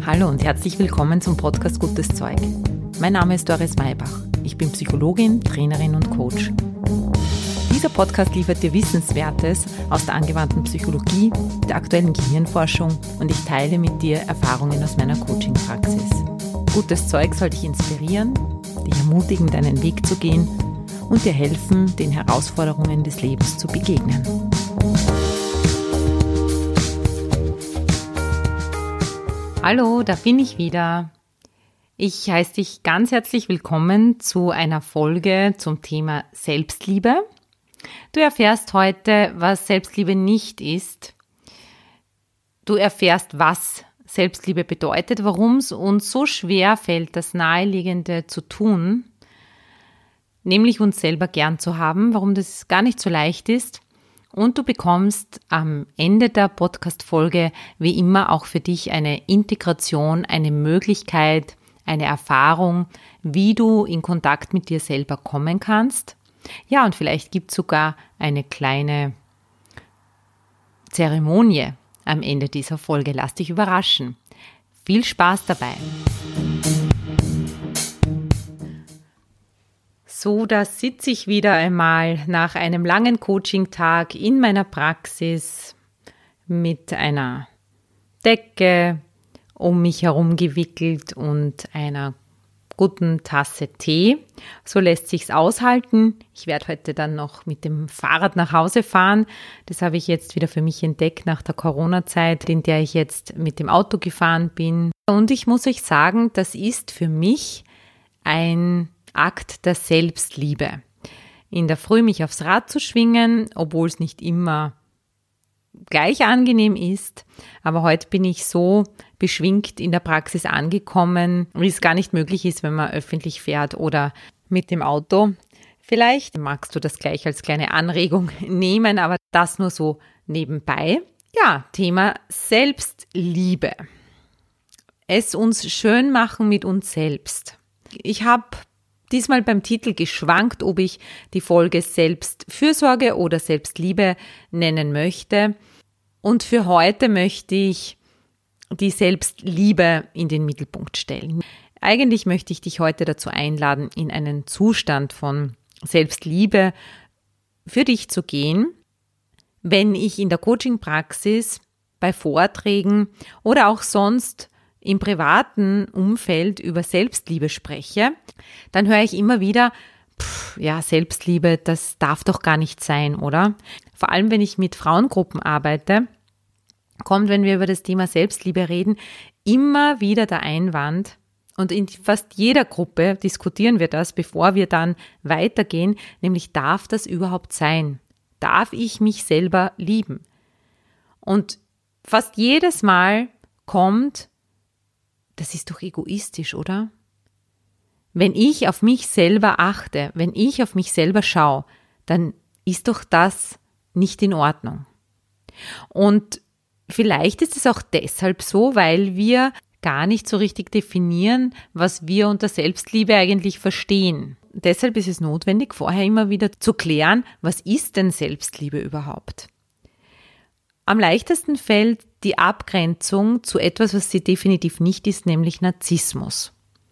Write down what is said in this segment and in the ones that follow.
Hallo und herzlich willkommen zum Podcast Gutes Zeug. Mein Name ist Doris Maybach. Ich bin Psychologin, Trainerin und Coach. Dieser Podcast liefert dir Wissenswertes aus der angewandten Psychologie, der aktuellen Gehirnforschung und ich teile mit dir Erfahrungen aus meiner Coaching-Praxis. Gutes Zeug soll dich inspirieren, dich ermutigen, deinen Weg zu gehen und dir helfen, den Herausforderungen des Lebens zu begegnen. Hallo, da bin ich wieder. Ich heiße dich ganz herzlich willkommen zu einer Folge zum Thema Selbstliebe. Du erfährst heute, was Selbstliebe nicht ist. Du erfährst, was Selbstliebe bedeutet, warum es uns so schwer fällt, das Naheliegende zu tun, nämlich uns selber gern zu haben, warum das gar nicht so leicht ist. Und du bekommst am Ende der Podcast-Folge wie immer auch für dich eine Integration, eine Möglichkeit, eine Erfahrung, wie du in Kontakt mit dir selber kommen kannst. Ja, und vielleicht gibt es sogar eine kleine Zeremonie am Ende dieser Folge. Lass dich überraschen. Viel Spaß dabei. So, da sitze ich wieder einmal nach einem langen Coaching-Tag in meiner Praxis mit einer Decke um mich herum gewickelt und einer guten Tasse Tee. So lässt sich's aushalten. Ich werde heute dann noch mit dem Fahrrad nach Hause fahren. Das habe ich jetzt wieder für mich entdeckt nach der Corona-Zeit, in der ich jetzt mit dem Auto gefahren bin. Und ich muss euch sagen, das ist für mich ein Akt der Selbstliebe. In der Früh mich aufs Rad zu schwingen, obwohl es nicht immer gleich angenehm ist. Aber heute bin ich so beschwingt in der Praxis angekommen, wie es gar nicht möglich ist, wenn man öffentlich fährt oder mit dem Auto. Vielleicht magst du das gleich als kleine Anregung nehmen, aber das nur so nebenbei. Ja, Thema Selbstliebe. Es uns schön machen mit uns selbst. Ich habe diesmal beim Titel geschwankt, ob ich die Folge Selbstfürsorge oder Selbstliebe nennen möchte. Und für heute möchte ich die Selbstliebe in den Mittelpunkt stellen. Eigentlich möchte ich dich heute dazu einladen, in einen Zustand von Selbstliebe für dich zu gehen, wenn ich in der Coaching-Praxis, bei Vorträgen oder auch sonst im privaten Umfeld über Selbstliebe spreche, dann höre ich immer wieder, Selbstliebe, das darf doch gar nicht sein, oder? Vor allem, wenn ich mit Frauengruppen arbeite, kommt, wenn wir über das Thema Selbstliebe reden, immer wieder der Einwand, und in fast jeder Gruppe diskutieren wir das, bevor wir dann weitergehen, nämlich darf das überhaupt sein? Darf ich mich selber lieben? Und fast jedes Mal kommt, das ist doch egoistisch, oder? Wenn ich auf mich selber achte, wenn ich auf mich selber schaue, dann ist doch das nicht in Ordnung. Und vielleicht ist es auch deshalb so, weil wir gar nicht so richtig definieren, was wir unter Selbstliebe eigentlich verstehen. Deshalb ist es notwendig, vorher immer wieder zu klären, was ist denn Selbstliebe überhaupt? Am leichtesten fällt die Abgrenzung zu etwas, was sie definitiv nicht ist, nämlich Narzissmus.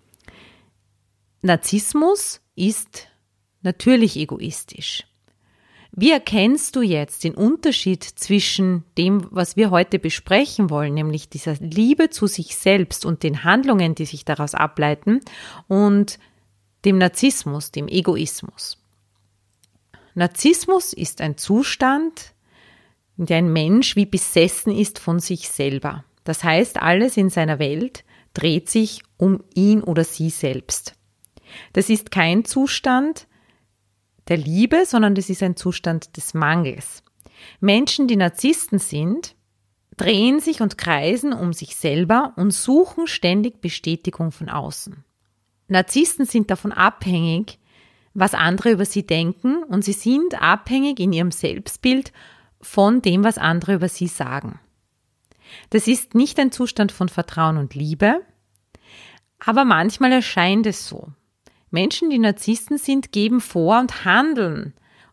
Narzissmus ist natürlich egoistisch. Wie erkennst du jetzt den Unterschied zwischen dem, was wir heute besprechen wollen, nämlich dieser Liebe zu sich selbst und den Handlungen, die sich daraus ableiten, und dem Narzissmus, dem Egoismus? Narzissmus ist ein Zustand, in der ein Mensch wie besessen ist von sich selber. Das heißt, alles in seiner Welt dreht sich um ihn oder sie selbst. Das ist kein Zustand der Liebe, sondern das ist ein Zustand des Mangels. Menschen, die Narzissten sind, drehen sich und kreisen um sich selber und suchen ständig Bestätigung von außen. Narzissten sind davon abhängig, was andere über sie denken, und sie sind abhängig in ihrem Selbstbild von dem, was andere über sie sagen. Das ist nicht ein Zustand von Vertrauen und Liebe, aber manchmal erscheint es so. Menschen, die Narzissten sind, geben vor und handeln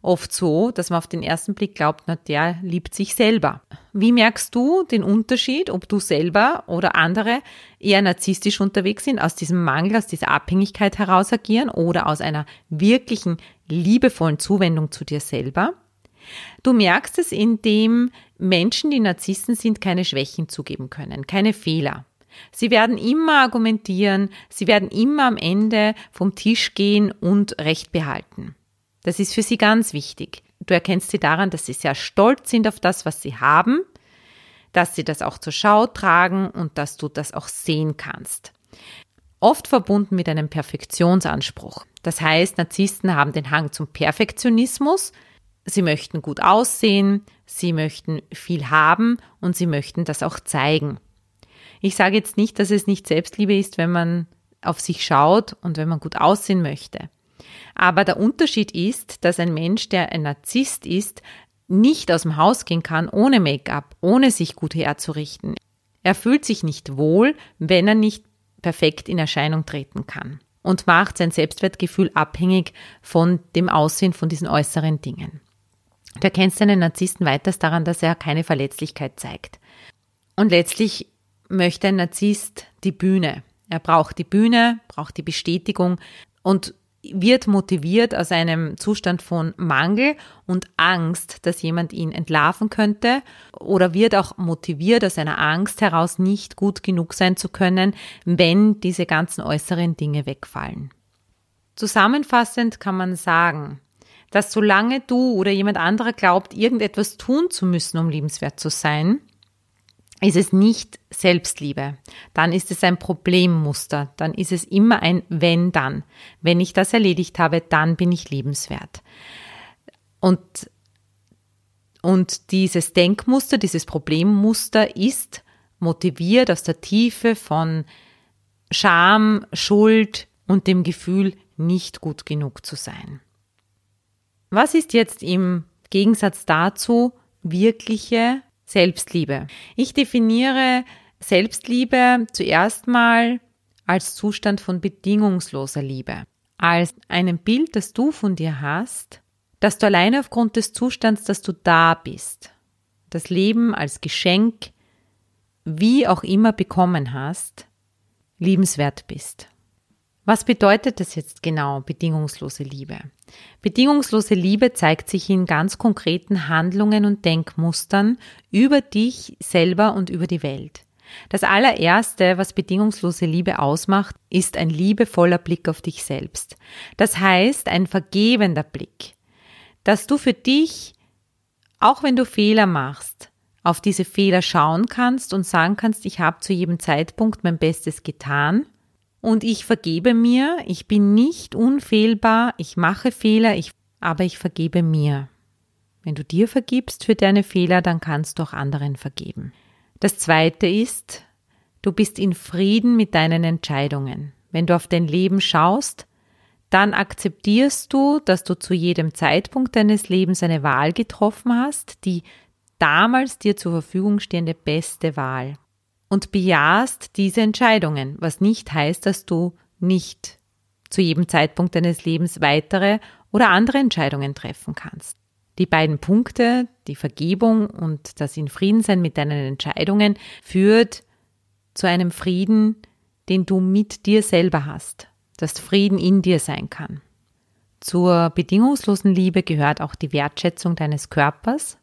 oft so, dass man auf den ersten Blick glaubt, na, der liebt sich selber. Wie merkst du den Unterschied, ob du selber oder andere eher narzisstisch unterwegs sind, aus diesem Mangel, aus dieser Abhängigkeit heraus agieren oder aus einer wirklichen, liebevollen Zuwendung zu dir selber? Du merkst es, indem Menschen, die Narzissten sind, keine Schwächen zugeben können, keine Fehler. Sie werden immer argumentieren, sie werden immer am Ende vom Tisch gehen und Recht behalten. Das ist für sie ganz wichtig. Du erkennst sie daran, dass sie sehr stolz sind auf das, was sie haben, dass sie das auch zur Schau tragen und dass du das auch sehen kannst. Oft verbunden mit einem Perfektionsanspruch. Das heißt, Narzissten haben den Hang zum Perfektionismus. Sie möchten gut aussehen, sie möchten viel haben und sie möchten das auch zeigen. Ich sage jetzt nicht, dass es nicht Selbstliebe ist, wenn man auf sich schaut und wenn man gut aussehen möchte. Aber der Unterschied ist, dass ein Mensch, der ein Narzisst ist, nicht aus dem Haus gehen kann ohne Make-up, ohne sich gut herzurichten. Er fühlt sich nicht wohl, wenn er nicht perfekt in Erscheinung treten kann und macht sein Selbstwertgefühl abhängig von dem Aussehen von diesen äußeren Dingen. Du erkennst einen Narzissten weiters daran, dass er keine Verletzlichkeit zeigt. Und letztlich möchte ein Narzisst die Bühne. Er braucht die Bühne, braucht die Bestätigung und wird motiviert aus einem Zustand von Mangel und Angst, dass jemand ihn entlarven könnte, oder wird auch motiviert aus einer Angst heraus, nicht gut genug sein zu können, wenn diese ganzen äußeren Dinge wegfallen. Zusammenfassend kann man sagen, dass solange du oder jemand anderer glaubt, irgendetwas tun zu müssen, um liebenswert zu sein, ist es nicht Selbstliebe. Dann ist es ein Problemmuster. Dann ist es immer ein Wenn-Dann. Wenn ich das erledigt habe, dann bin ich liebenswert. Und dieses Denkmuster, dieses Problemmuster ist motiviert aus der Tiefe von Scham, Schuld und dem Gefühl, nicht gut genug zu sein. Was ist jetzt im Gegensatz dazu wirkliche Selbstliebe? Ich definiere Selbstliebe zuerst mal als Zustand von bedingungsloser Liebe, als einem Bild, das du von dir hast, dass du alleine aufgrund des Zustands, dass du da bist, das Leben als Geschenk, wie auch immer bekommen hast, liebenswert bist. Was bedeutet das jetzt genau, bedingungslose Liebe? Bedingungslose Liebe zeigt sich in ganz konkreten Handlungen und Denkmustern über dich selber und über die Welt. Das allererste, was bedingungslose Liebe ausmacht, ist ein liebevoller Blick auf dich selbst. Das heißt, ein vergebender Blick, dass du für dich, auch wenn du Fehler machst, auf diese Fehler schauen kannst und sagen kannst, ich habe zu jedem Zeitpunkt mein Bestes getan. Und ich vergebe mir, ich bin nicht unfehlbar, ich mache Fehler, aber ich vergebe mir. Wenn du dir vergibst für deine Fehler, dann kannst du auch anderen vergeben. Das Zweite ist, du bist in Frieden mit deinen Entscheidungen. Wenn du auf dein Leben schaust, dann akzeptierst du, dass du zu jedem Zeitpunkt deines Lebens eine Wahl getroffen hast, die damals dir zur Verfügung stehende beste Wahl. Und bejahst diese Entscheidungen, was nicht heißt, dass du nicht zu jedem Zeitpunkt deines Lebens weitere oder andere Entscheidungen treffen kannst. Die beiden Punkte, die Vergebung und das in Frieden sein mit deinen Entscheidungen, führt zu einem Frieden, den du mit dir selber hast, dass Frieden in dir sein kann. Zur bedingungslosen Liebe gehört auch die Wertschätzung deines Körpers.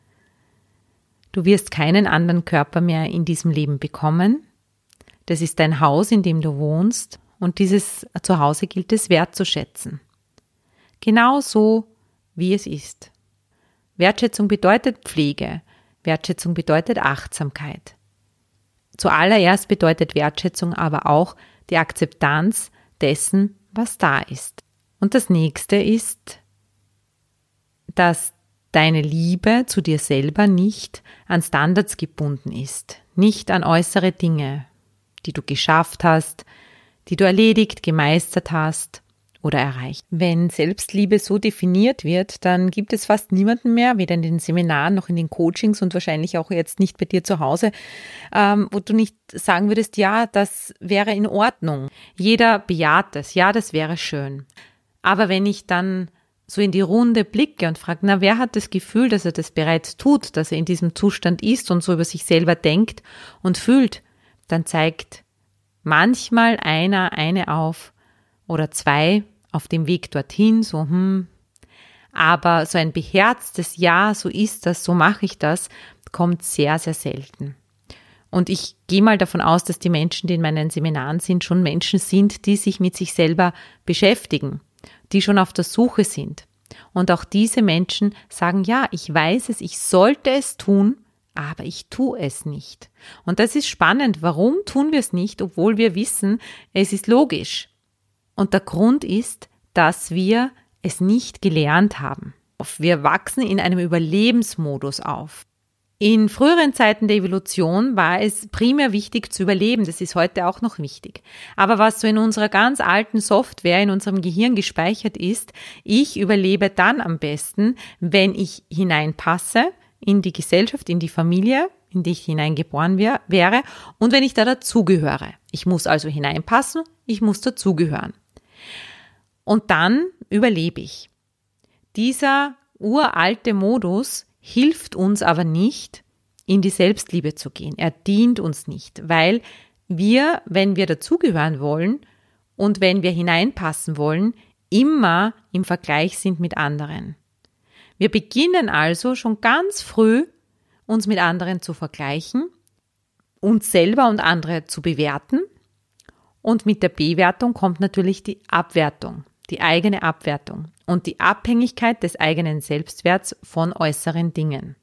Du wirst keinen anderen Körper mehr in diesem Leben bekommen. Das ist dein Haus, in dem du wohnst, und dieses Zuhause gilt es wertzuschätzen. Genauso wie es ist. Wertschätzung bedeutet Pflege. Wertschätzung bedeutet Achtsamkeit. Zuallererst bedeutet Wertschätzung aber auch die Akzeptanz dessen, was da ist. Und das nächste ist, dass deine Liebe zu dir selber nicht an Standards gebunden ist, nicht an äußere Dinge, die du geschafft hast, die du erledigt, gemeistert hast oder erreicht. Wenn Selbstliebe so definiert wird, dann gibt es fast niemanden mehr, weder in den Seminaren noch in den Coachings und wahrscheinlich auch jetzt nicht bei dir zu Hause, wo du nicht sagen würdest, ja, das wäre in Ordnung. Jeder bejaht das, ja, das wäre schön. Aber wenn ich dann so in die Runde blicke und frage, na, wer hat das Gefühl, dass er das bereits tut, dass er in diesem Zustand ist und so über sich selber denkt und fühlt, dann zeigt manchmal eine auf oder zwei auf dem Weg dorthin, so, aber so ein beherztes Ja, so ist das, so mache ich das, kommt sehr, sehr selten. Und ich gehe mal davon aus, dass die Menschen, die in meinen Seminaren sind, schon Menschen sind, die sich mit sich selber beschäftigen, die schon auf der Suche sind. Und auch diese Menschen sagen, ja, ich weiß es, ich sollte es tun, aber ich tue es nicht. Und das ist spannend. Warum tun wir es nicht, obwohl wir wissen, es ist logisch? Und der Grund ist, dass wir es nicht gelernt haben. Wir wachsen in einem Überlebensmodus auf. In früheren Zeiten der Evolution war es primär wichtig zu überleben, das ist heute auch noch wichtig. Aber was so in unserer ganz alten Software, in unserem Gehirn gespeichert ist, ich überlebe dann am besten, wenn ich hineinpasse in die Gesellschaft, in die Familie, in die ich hineingeboren wäre und wenn ich da dazugehöre. Ich muss also hineinpassen, ich muss dazugehören. Und dann überlebe ich. Dieser uralte Modus hilft uns aber nicht, in die Selbstliebe zu gehen. Er dient uns nicht, weil wir, wenn wir dazugehören wollen und wenn wir hineinpassen wollen, immer im Vergleich sind mit anderen. Wir beginnen also schon ganz früh, uns mit anderen zu vergleichen, uns selber und andere zu bewerten und mit der Bewertung kommt natürlich die Abwertung, die eigene Abwertung und die Abhängigkeit des eigenen Selbstwerts von äußeren Dingen.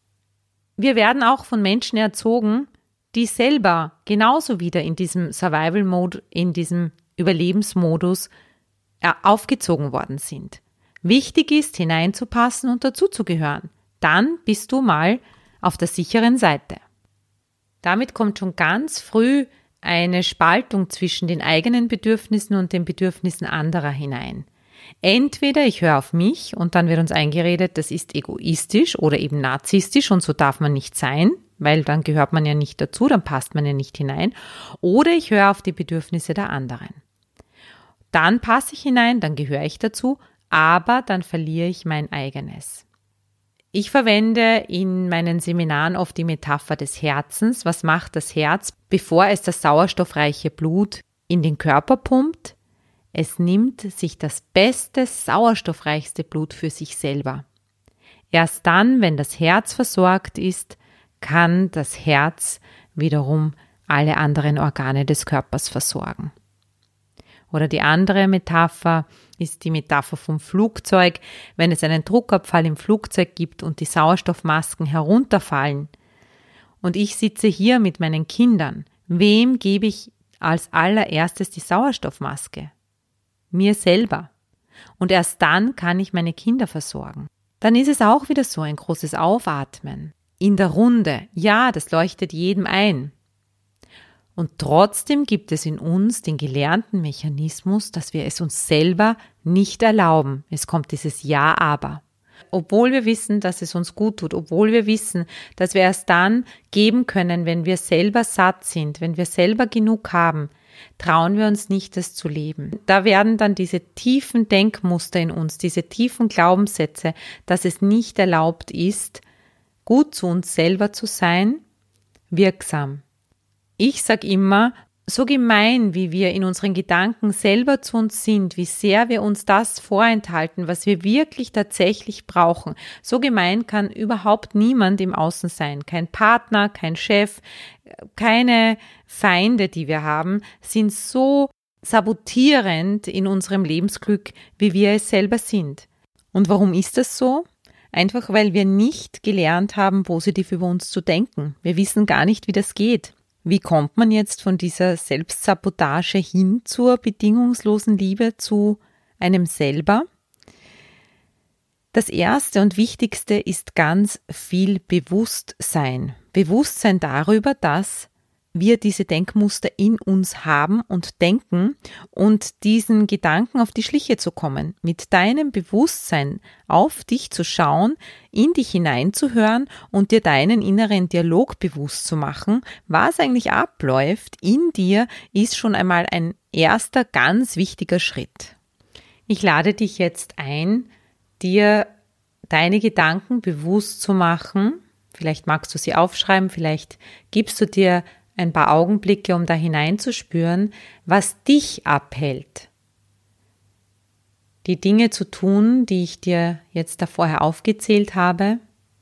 Wir werden auch von Menschen erzogen, die selber genauso wieder in diesem Survival-Mode, in diesem Überlebensmodus aufgezogen worden sind. Wichtig ist, hineinzupassen und dazuzugehören. Dann bist du mal auf der sicheren Seite. Damit kommt schon ganz früh eine Spaltung zwischen den eigenen Bedürfnissen und den Bedürfnissen anderer hinein. Entweder ich höre auf mich und dann wird uns eingeredet, das ist egoistisch oder eben narzisstisch und so darf man nicht sein, weil dann gehört man ja nicht dazu, dann passt man ja nicht hinein. Oder ich höre auf die Bedürfnisse der anderen. Dann passe ich hinein, dann gehöre ich dazu, aber dann verliere ich mein eigenes. Ich verwende in meinen Seminaren oft die Metapher des Herzens. Was macht das Herz, bevor es das sauerstoffreiche Blut in den Körper pumpt? Es nimmt sich das beste, sauerstoffreichste Blut für sich selber. Erst dann, wenn das Herz versorgt ist, kann das Herz wiederum alle anderen Organe des Körpers versorgen. Oder die andere Metapher ist die Metapher vom Flugzeug. Wenn es einen Druckabfall im Flugzeug gibt und die Sauerstoffmasken herunterfallen und ich sitze hier mit meinen Kindern, wem gebe ich als allererstes die Sauerstoffmaske? Mir selber. Und erst dann kann ich meine Kinder versorgen. Dann ist es auch wieder so ein großes Aufatmen. In der Runde, ja, das leuchtet jedem ein. Und trotzdem gibt es in uns den gelernten Mechanismus, dass wir es uns selber nicht erlauben. Es kommt dieses Ja, aber. Obwohl wir wissen, dass es uns gut tut, obwohl wir wissen, dass wir erst dann geben können, wenn wir selber satt sind, wenn wir selber genug haben, trauen wir uns nicht, das zu leben. Da werden dann diese tiefen Denkmuster in uns, diese tiefen Glaubenssätze, dass es nicht erlaubt ist, gut zu uns selber zu sein, wirksam. Ich sage immer, so gemein, wie wir in unseren Gedanken selber zu uns sind, wie sehr wir uns das vorenthalten, was wir wirklich tatsächlich brauchen, so gemein kann überhaupt niemand im Außen sein. Kein Partner, kein Chef, keine Feinde, die wir haben, sind so sabotierend in unserem Lebensglück, wie wir es selber sind. Und warum ist das so? Einfach, weil wir nicht gelernt haben, positiv über uns zu denken. Wir wissen gar nicht, wie das geht. Wie kommt man jetzt von dieser Selbstsabotage hin zur bedingungslosen Liebe zu einem selber? Das Erste und Wichtigste ist ganz viel Bewusstsein. Bewusstsein darüber, dass wir diese Denkmuster in uns haben und denken und diesen Gedanken auf die Schliche zu kommen, mit deinem Bewusstsein auf dich zu schauen, in dich hineinzuhören und dir deinen inneren Dialog bewusst zu machen, was eigentlich abläuft in dir, ist schon einmal ein erster ganz wichtiger Schritt. Ich lade dich jetzt ein, dir deine Gedanken bewusst zu machen. Vielleicht magst du sie aufschreiben, vielleicht gibst du dir ein paar Augenblicke, um da hineinzuspüren, was dich abhält, die Dinge zu tun, die ich dir jetzt da vorher aufgezählt habe,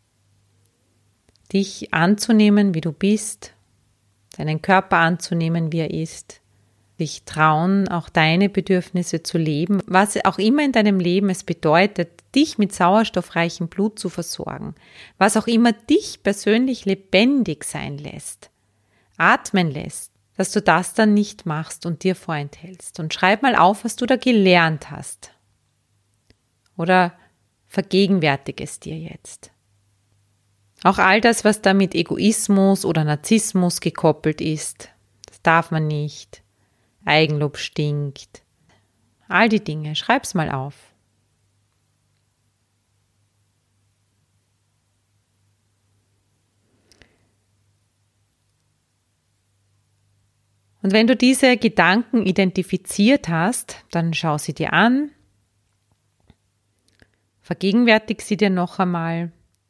dich anzunehmen, wie du bist, deinen Körper anzunehmen, wie er ist, dich trauen, auch deine Bedürfnisse zu leben, was auch immer in deinem Leben es bedeutet, dich mit sauerstoffreichem Blut zu versorgen, was auch immer dich persönlich lebendig sein lässt, atmen lässt, dass du das dann nicht machst und dir vorenthältst. Und schreib mal auf, was du da gelernt hast. Oder vergegenwärtige es dir jetzt. Auch all das, was da mit Egoismus oder Narzissmus gekoppelt ist, das darf man nicht. Eigenlob stinkt. All die Dinge, schreib's mal auf. Und wenn du diese Gedanken identifiziert hast, dann schau sie dir an, vergegenwärtig sie dir noch einmal.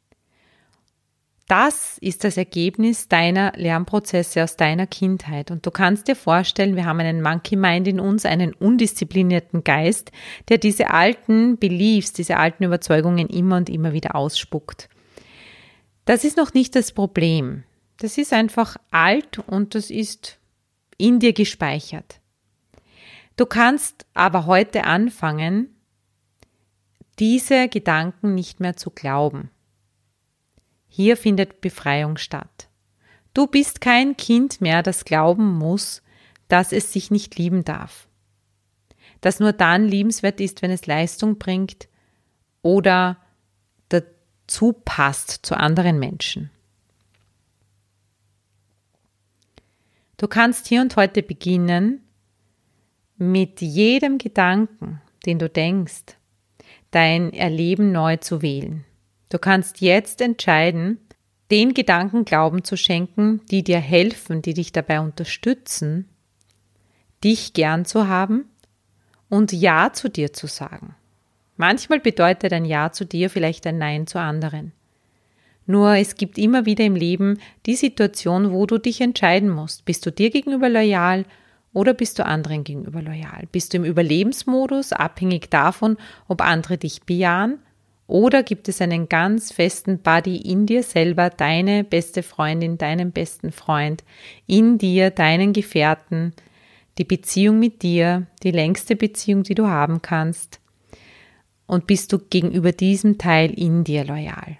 Das ist das Ergebnis deiner Lernprozesse aus deiner Kindheit. Und du kannst dir vorstellen, wir haben einen Monkey Mind in uns, einen undisziplinierten Geist, der diese alten Beliefs, diese alten Überzeugungen immer und immer wieder ausspuckt. Das ist noch nicht das Problem. Das ist einfach alt und das ist in dir gespeichert. Du kannst aber heute anfangen, diese Gedanken nicht mehr zu glauben. Hier findet Befreiung statt. Du bist kein Kind mehr, das glauben muss, dass es sich nicht lieben darf. Das nur dann liebenswert ist, wenn es Leistung bringt oder dazu passt zu anderen Menschen. Du kannst hier und heute beginnen, mit jedem Gedanken, den du denkst, dein Erleben neu zu wählen. Du kannst jetzt entscheiden, den Gedanken Glauben zu schenken, die dir helfen, die dich dabei unterstützen, dich gern zu haben und Ja zu dir zu sagen. Manchmal bedeutet ein Ja zu dir vielleicht ein Nein zu anderen. Nur es gibt immer wieder im Leben die Situation, wo du dich entscheiden musst. Bist du dir gegenüber loyal oder bist du anderen gegenüber loyal? Bist du im Überlebensmodus, abhängig davon, ob andere dich bejahen? Oder gibt es einen ganz festen Buddy in dir selber, deine beste Freundin, deinen besten Freund, in dir, deinen Gefährten, die Beziehung mit dir, die längste Beziehung, die du haben kannst? Und bist du gegenüber diesem Teil in dir loyal?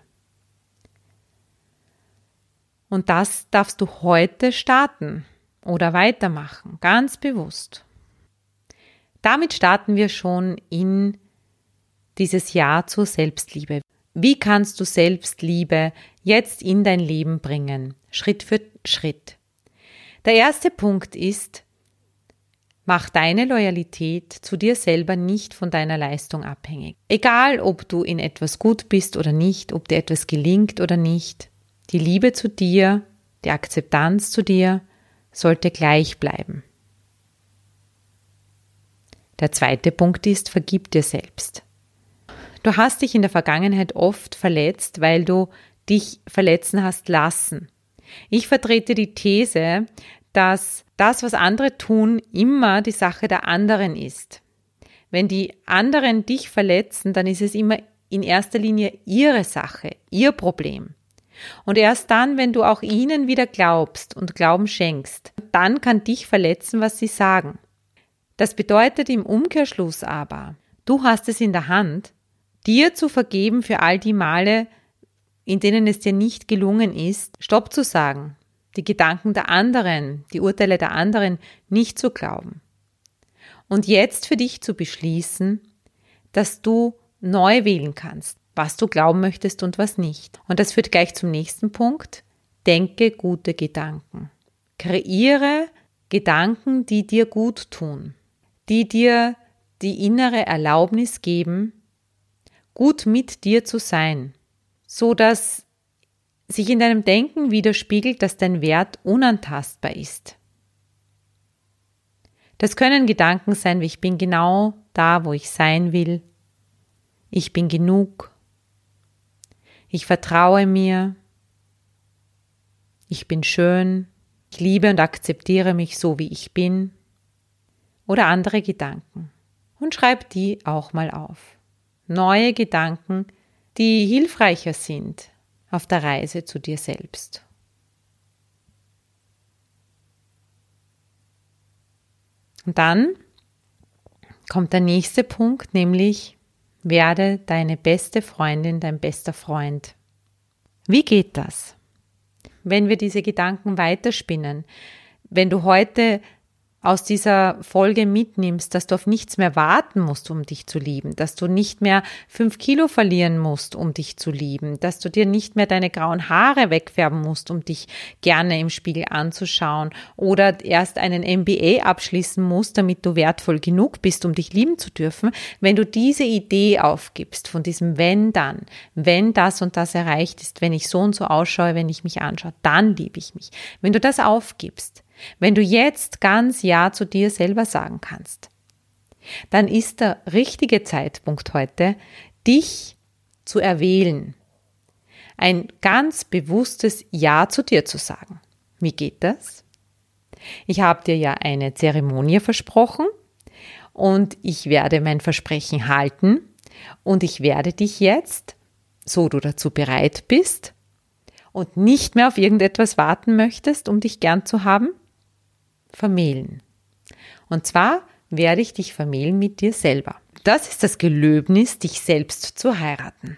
Und das darfst du heute starten oder weitermachen, ganz bewusst. Damit starten wir schon in dieses Ja zur Selbstliebe. Wie kannst du Selbstliebe jetzt in dein Leben bringen? Schritt für Schritt. Der erste Punkt ist, mach deine Loyalität zu dir selber nicht von deiner Leistung abhängig. Egal, ob du in etwas gut bist oder nicht, ob dir etwas gelingt oder nicht, die Liebe zu dir, die Akzeptanz zu dir sollte gleich bleiben. Der zweite Punkt ist, vergib dir selbst. Du hast dich in der Vergangenheit oft verletzt, weil du dich verletzen hast lassen. Ich vertrete die These, dass das, was andere tun, immer die Sache der anderen ist. Wenn die anderen dich verletzen, dann ist es immer in erster Linie ihre Sache, ihr Problem. Und erst dann, wenn du auch ihnen wieder glaubst und Glauben schenkst, dann kann dich verletzen, was sie sagen. Das bedeutet im Umkehrschluss aber, du hast es in der Hand, dir zu vergeben für all die Male, in denen es dir nicht gelungen ist, Stopp zu sagen, die Gedanken der anderen, die Urteile der anderen nicht zu glauben. Und jetzt für dich zu beschließen, dass du neu wählen kannst, was du glauben möchtest und was nicht. Und das führt gleich zum nächsten Punkt. Denke gute Gedanken. Kreiere Gedanken, die dir gut tun, die dir die innere Erlaubnis geben, gut mit dir zu sein, so dass sich in deinem Denken widerspiegelt, dass dein Wert unantastbar ist. Das können Gedanken sein, wie ich bin genau da, wo ich sein will. ich bin genug, ich vertraue mir, ich bin schön, ich liebe und akzeptiere mich so, wie ich bin oder andere Gedanken und schreib die auch mal auf. Neue Gedanken, die hilfreicher sind auf der Reise zu dir selbst. Und dann kommt der nächste Punkt, nämlich werde deine beste Freundin, dein bester Freund. Wie geht das? Wenn wir diese Gedanken weiterspinnen, wenn du heute aus dieser Folge mitnimmst, dass du auf nichts mehr warten musst, um dich zu lieben, dass du nicht mehr 5 Kilo verlieren musst, um dich zu lieben, dass du dir nicht mehr deine grauen Haare wegfärben musst, um dich gerne im Spiegel anzuschauen oder erst einen MBA abschließen musst, damit du wertvoll genug bist, um dich lieben zu dürfen. Wenn du diese Idee aufgibst von diesem wenn dann, wenn das und das erreicht ist, wenn ich so und so ausschaue, wenn ich mich anschaue, dann liebe ich mich. Wenn du das aufgibst, wenn du jetzt ganz Ja zu dir selber sagen kannst, dann ist der richtige Zeitpunkt heute, dich zu erwählen. Ein ganz bewusstes Ja zu dir zu sagen. Wie geht das? Ich habe dir ja eine Zeremonie versprochen und ich werde mein Versprechen halten und ich werde dich jetzt, so du dazu bereit bist und nicht mehr auf irgendetwas warten möchtest, um dich gern zu haben, vermählen. Und zwar werde ich dich vermählen mit dir selber. Das ist das Gelöbnis, dich selbst zu heiraten.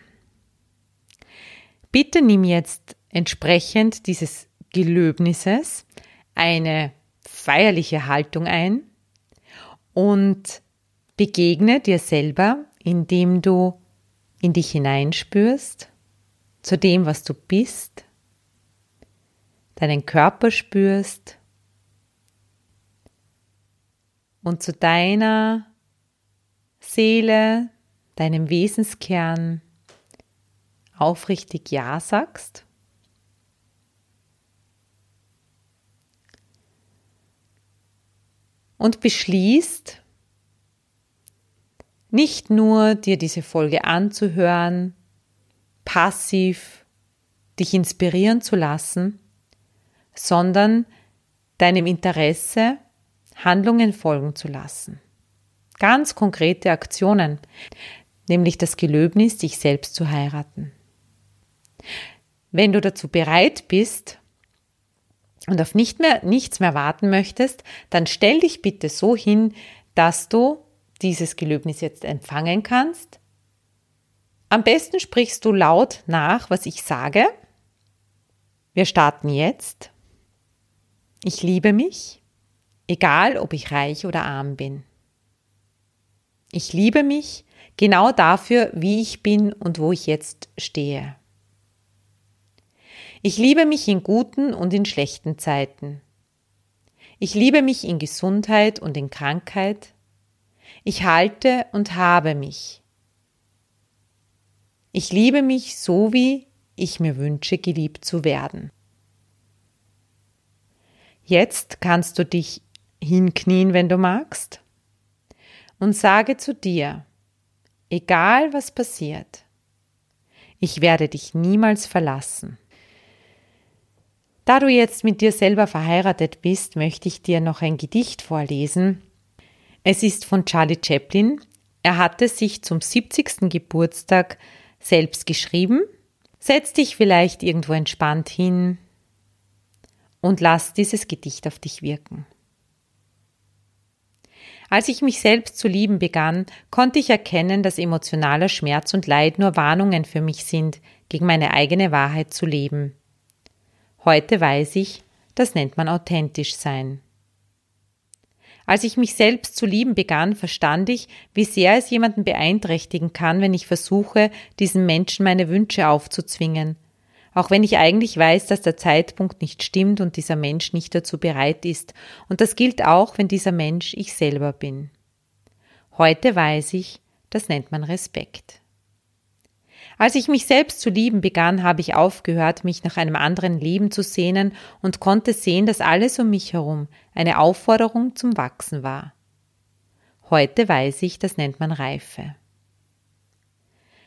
Bitte nimm jetzt entsprechend dieses Gelöbnisses eine feierliche Haltung ein und begegne dir selber, indem du in dich hineinspürst, zu dem, was du bist, deinen Körper spürst, und zu deiner Seele, deinem Wesenskern aufrichtig Ja sagst. Und beschließt, nicht nur dir diese Folge anzuhören, passiv dich inspirieren zu lassen, sondern deinem Interesse Handlungen folgen zu lassen. Ganz konkrete Aktionen, nämlich das Gelöbnis, dich selbst zu heiraten. Wenn du dazu bereit bist und auf nichts mehr warten möchtest, dann stell dich bitte so hin, dass du dieses Gelöbnis jetzt empfangen kannst. Am besten sprichst du laut nach, was ich sage. Wir starten jetzt. Ich liebe mich. Egal, ob ich reich oder arm bin. Ich liebe mich genau dafür, wie ich bin und wo ich jetzt stehe. Ich liebe mich in guten und in schlechten Zeiten. Ich liebe mich in Gesundheit und in Krankheit. Ich halte und habe mich. Ich liebe mich so, wie ich mir wünsche, geliebt zu werden. Jetzt kannst du dich hinknien, wenn du magst, und sage zu dir, egal was passiert, ich werde dich niemals verlassen. Da du jetzt mit dir selber verheiratet bist, möchte ich dir noch ein Gedicht vorlesen. Es ist von Charlie Chaplin. Er hat es sich zum 70. Geburtstag selbst geschrieben. Setz dich vielleicht irgendwo entspannt hin und lass dieses Gedicht auf dich wirken. Als ich mich selbst zu lieben begann, konnte ich erkennen, dass emotionaler Schmerz und Leid nur Warnungen für mich sind, gegen meine eigene Wahrheit zu leben. Heute weiß ich, das nennt man authentisch sein. Als ich mich selbst zu lieben begann, verstand ich, wie sehr es jemanden beeinträchtigen kann, wenn ich versuche, diesem Menschen meine Wünsche aufzuzwingen. Auch wenn ich eigentlich weiß, dass der Zeitpunkt nicht stimmt und dieser Mensch nicht dazu bereit ist. Und das gilt auch, wenn dieser Mensch ich selber bin. Heute weiß ich, das nennt man Respekt. Als ich mich selbst zu lieben begann, habe ich aufgehört, mich nach einem anderen Leben zu sehnen und konnte sehen, dass alles um mich herum eine Aufforderung zum Wachsen war. Heute weiß ich, das nennt man Reife.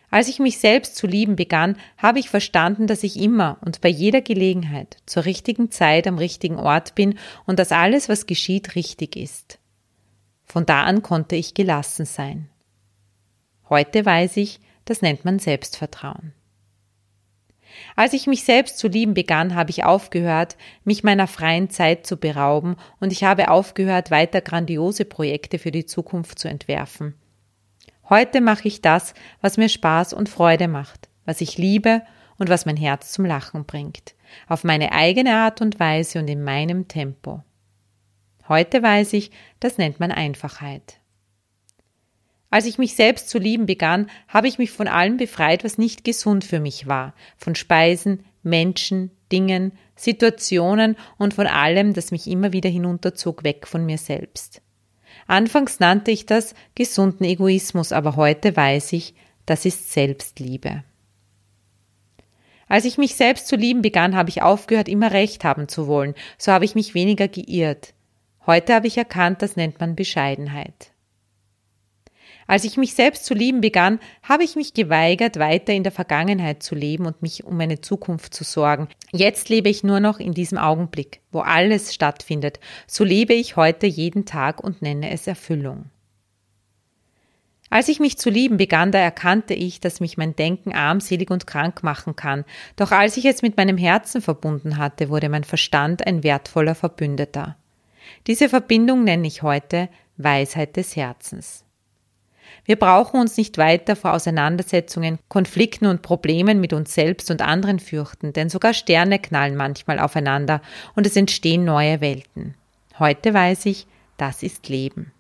Als ich mich selbst zu lieben begann, habe ich verstanden, dass ich immer und bei jeder Gelegenheit zur richtigen Zeit am richtigen Ort bin und dass alles, was geschieht, richtig ist. Von da an konnte ich gelassen sein. Heute weiß ich, das nennt man Selbstvertrauen. Als ich mich selbst zu lieben begann, habe ich aufgehört, mich meiner freien Zeit zu berauben und ich habe aufgehört, weiter grandiose Projekte für die Zukunft zu entwerfen. Heute mache ich das, was mir Spaß und Freude macht, was ich liebe und was mein Herz zum Lachen bringt, auf meine eigene Art und Weise und in meinem Tempo. Heute weiß ich, das nennt man Einfachheit. Als ich mich selbst zu lieben begann, habe ich mich von allem befreit, was nicht gesund für mich war, von Speisen, Menschen, Dingen, Situationen und von allem, das mich immer wieder hinunterzog, weg von mir selbst. Anfangs nannte ich das gesunden Egoismus, aber heute weiß ich, das ist Selbstliebe. Als ich mich selbst zu lieben begann, habe ich aufgehört, immer Recht haben zu wollen, so habe ich mich weniger geirrt. Heute habe ich erkannt, das nennt man Bescheidenheit. Als ich mich selbst zu lieben begann, habe ich mich geweigert, weiter in der Vergangenheit zu leben und mich um meine Zukunft zu sorgen. Jetzt lebe ich nur noch in diesem Augenblick, wo alles stattfindet. So lebe ich heute jeden Tag und nenne es Erfüllung. Als ich mich zu lieben begann, da erkannte ich, dass mich mein Denken armselig und krank machen kann. Doch als ich es mit meinem Herzen verbunden hatte, wurde mein Verstand ein wertvoller Verbündeter. Diese Verbindung nenne ich heute Weisheit des Herzens. Wir brauchen uns nicht weiter vor Auseinandersetzungen, Konflikten und Problemen mit uns selbst und anderen fürchten, denn sogar Sterne knallen manchmal aufeinander und es entstehen neue Welten. Heute weiß ich, das ist Leben.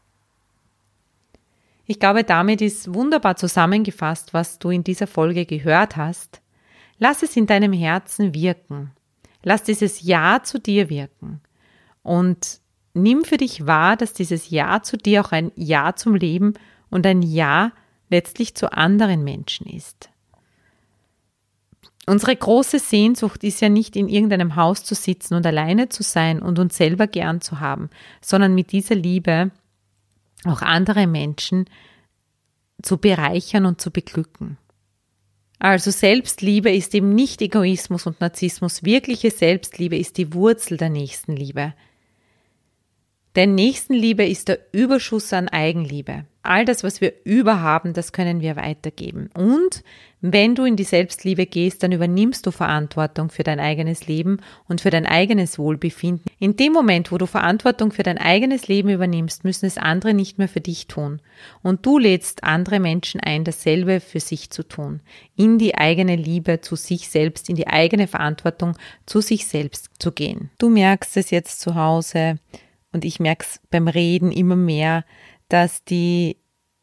Ich glaube, damit ist wunderbar zusammengefasst, was du in dieser Folge gehört hast. Lass es in deinem Herzen wirken. Lass dieses Ja zu dir wirken. Und nimm für dich wahr, dass dieses Ja zu dir auch ein Ja zum Leben und ein Ja letztlich zu anderen Menschen ist. Unsere große Sehnsucht ist ja nicht, in irgendeinem Haus zu sitzen und alleine zu sein und uns selber gern zu haben, sondern mit dieser Liebe auch andere Menschen zu bereichern und zu beglücken. Also Selbstliebe ist eben nicht Egoismus und Narzissmus. Wirkliche Selbstliebe ist die Wurzel der Nächstenliebe. Denn Nächstenliebe ist der Überschuss an Eigenliebe. All das, was wir überhaben, das können wir weitergeben. Und wenn du in die Selbstliebe gehst, dann übernimmst du Verantwortung für dein eigenes Leben und für dein eigenes Wohlbefinden. In dem Moment, wo du Verantwortung für dein eigenes Leben übernimmst, müssen es andere nicht mehr für dich tun. Und du lädst andere Menschen ein, dasselbe für sich zu tun. In die eigene Liebe zu sich selbst, in die eigene Verantwortung zu sich selbst zu gehen. Du merkst es jetzt zu Hause und ich merke es beim Reden immer mehr, dass die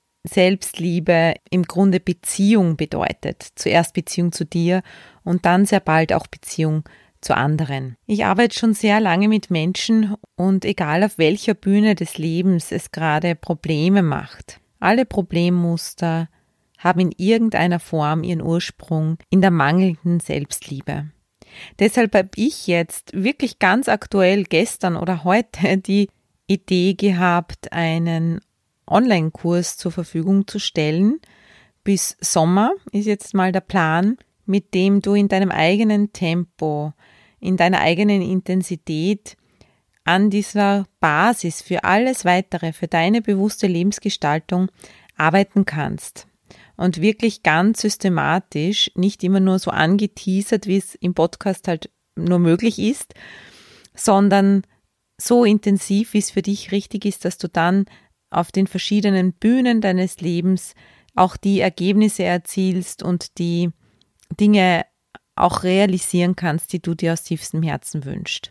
Selbstliebe im Grunde Beziehung bedeutet. Zuerst Beziehung zu dir und dann sehr bald auch Beziehung zu anderen. Ich arbeite schon sehr lange mit Menschen und egal auf welcher Bühne des Lebens es gerade Probleme macht, alle Problemmuster haben in irgendeiner Form ihren Ursprung in der mangelnden Selbstliebe. Deshalb habe ich jetzt wirklich ganz aktuell gestern oder heute die Idee gehabt, einen Online-Kurs zur Verfügung zu stellen. Bis Sommer ist jetzt mal der Plan, mit dem du in deinem eigenen Tempo, in deiner eigenen Intensität an dieser Basis für alles Weitere, für deine bewusste Lebensgestaltung arbeiten kannst. Und wirklich ganz systematisch, nicht immer nur so angeteasert, wie es im Podcast halt nur möglich ist, sondern so intensiv, wie es für dich richtig ist, dass du dann auf den verschiedenen Bühnen deines Lebens auch die Ergebnisse erzielst und die Dinge auch realisieren kannst, die du dir aus tiefstem Herzen wünschst.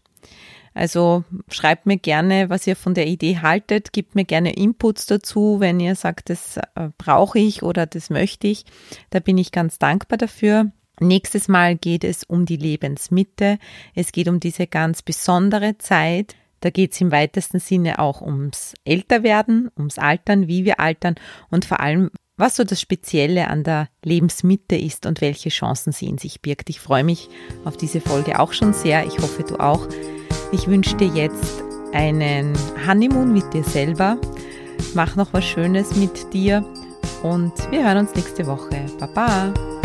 Also schreibt mir gerne, was ihr von der Idee haltet, gebt mir gerne Inputs dazu, wenn ihr sagt, das brauche ich oder das möchte ich. Da bin ich ganz dankbar dafür. Nächstes Mal geht es um die Lebensmitte. Es geht um diese ganz besondere Zeit. Da geht es im weitesten Sinne auch ums Älterwerden, ums Altern, wie wir altern und vor allem, was so das Spezielle an der Lebensmitte ist und welche Chancen sie in sich birgt. Ich freue mich auf diese Folge auch schon sehr. Ich hoffe, du auch. Ich wünsche dir jetzt einen Honeymoon mit dir selber. Mach noch was Schönes mit dir und wir hören uns nächste Woche. Baba!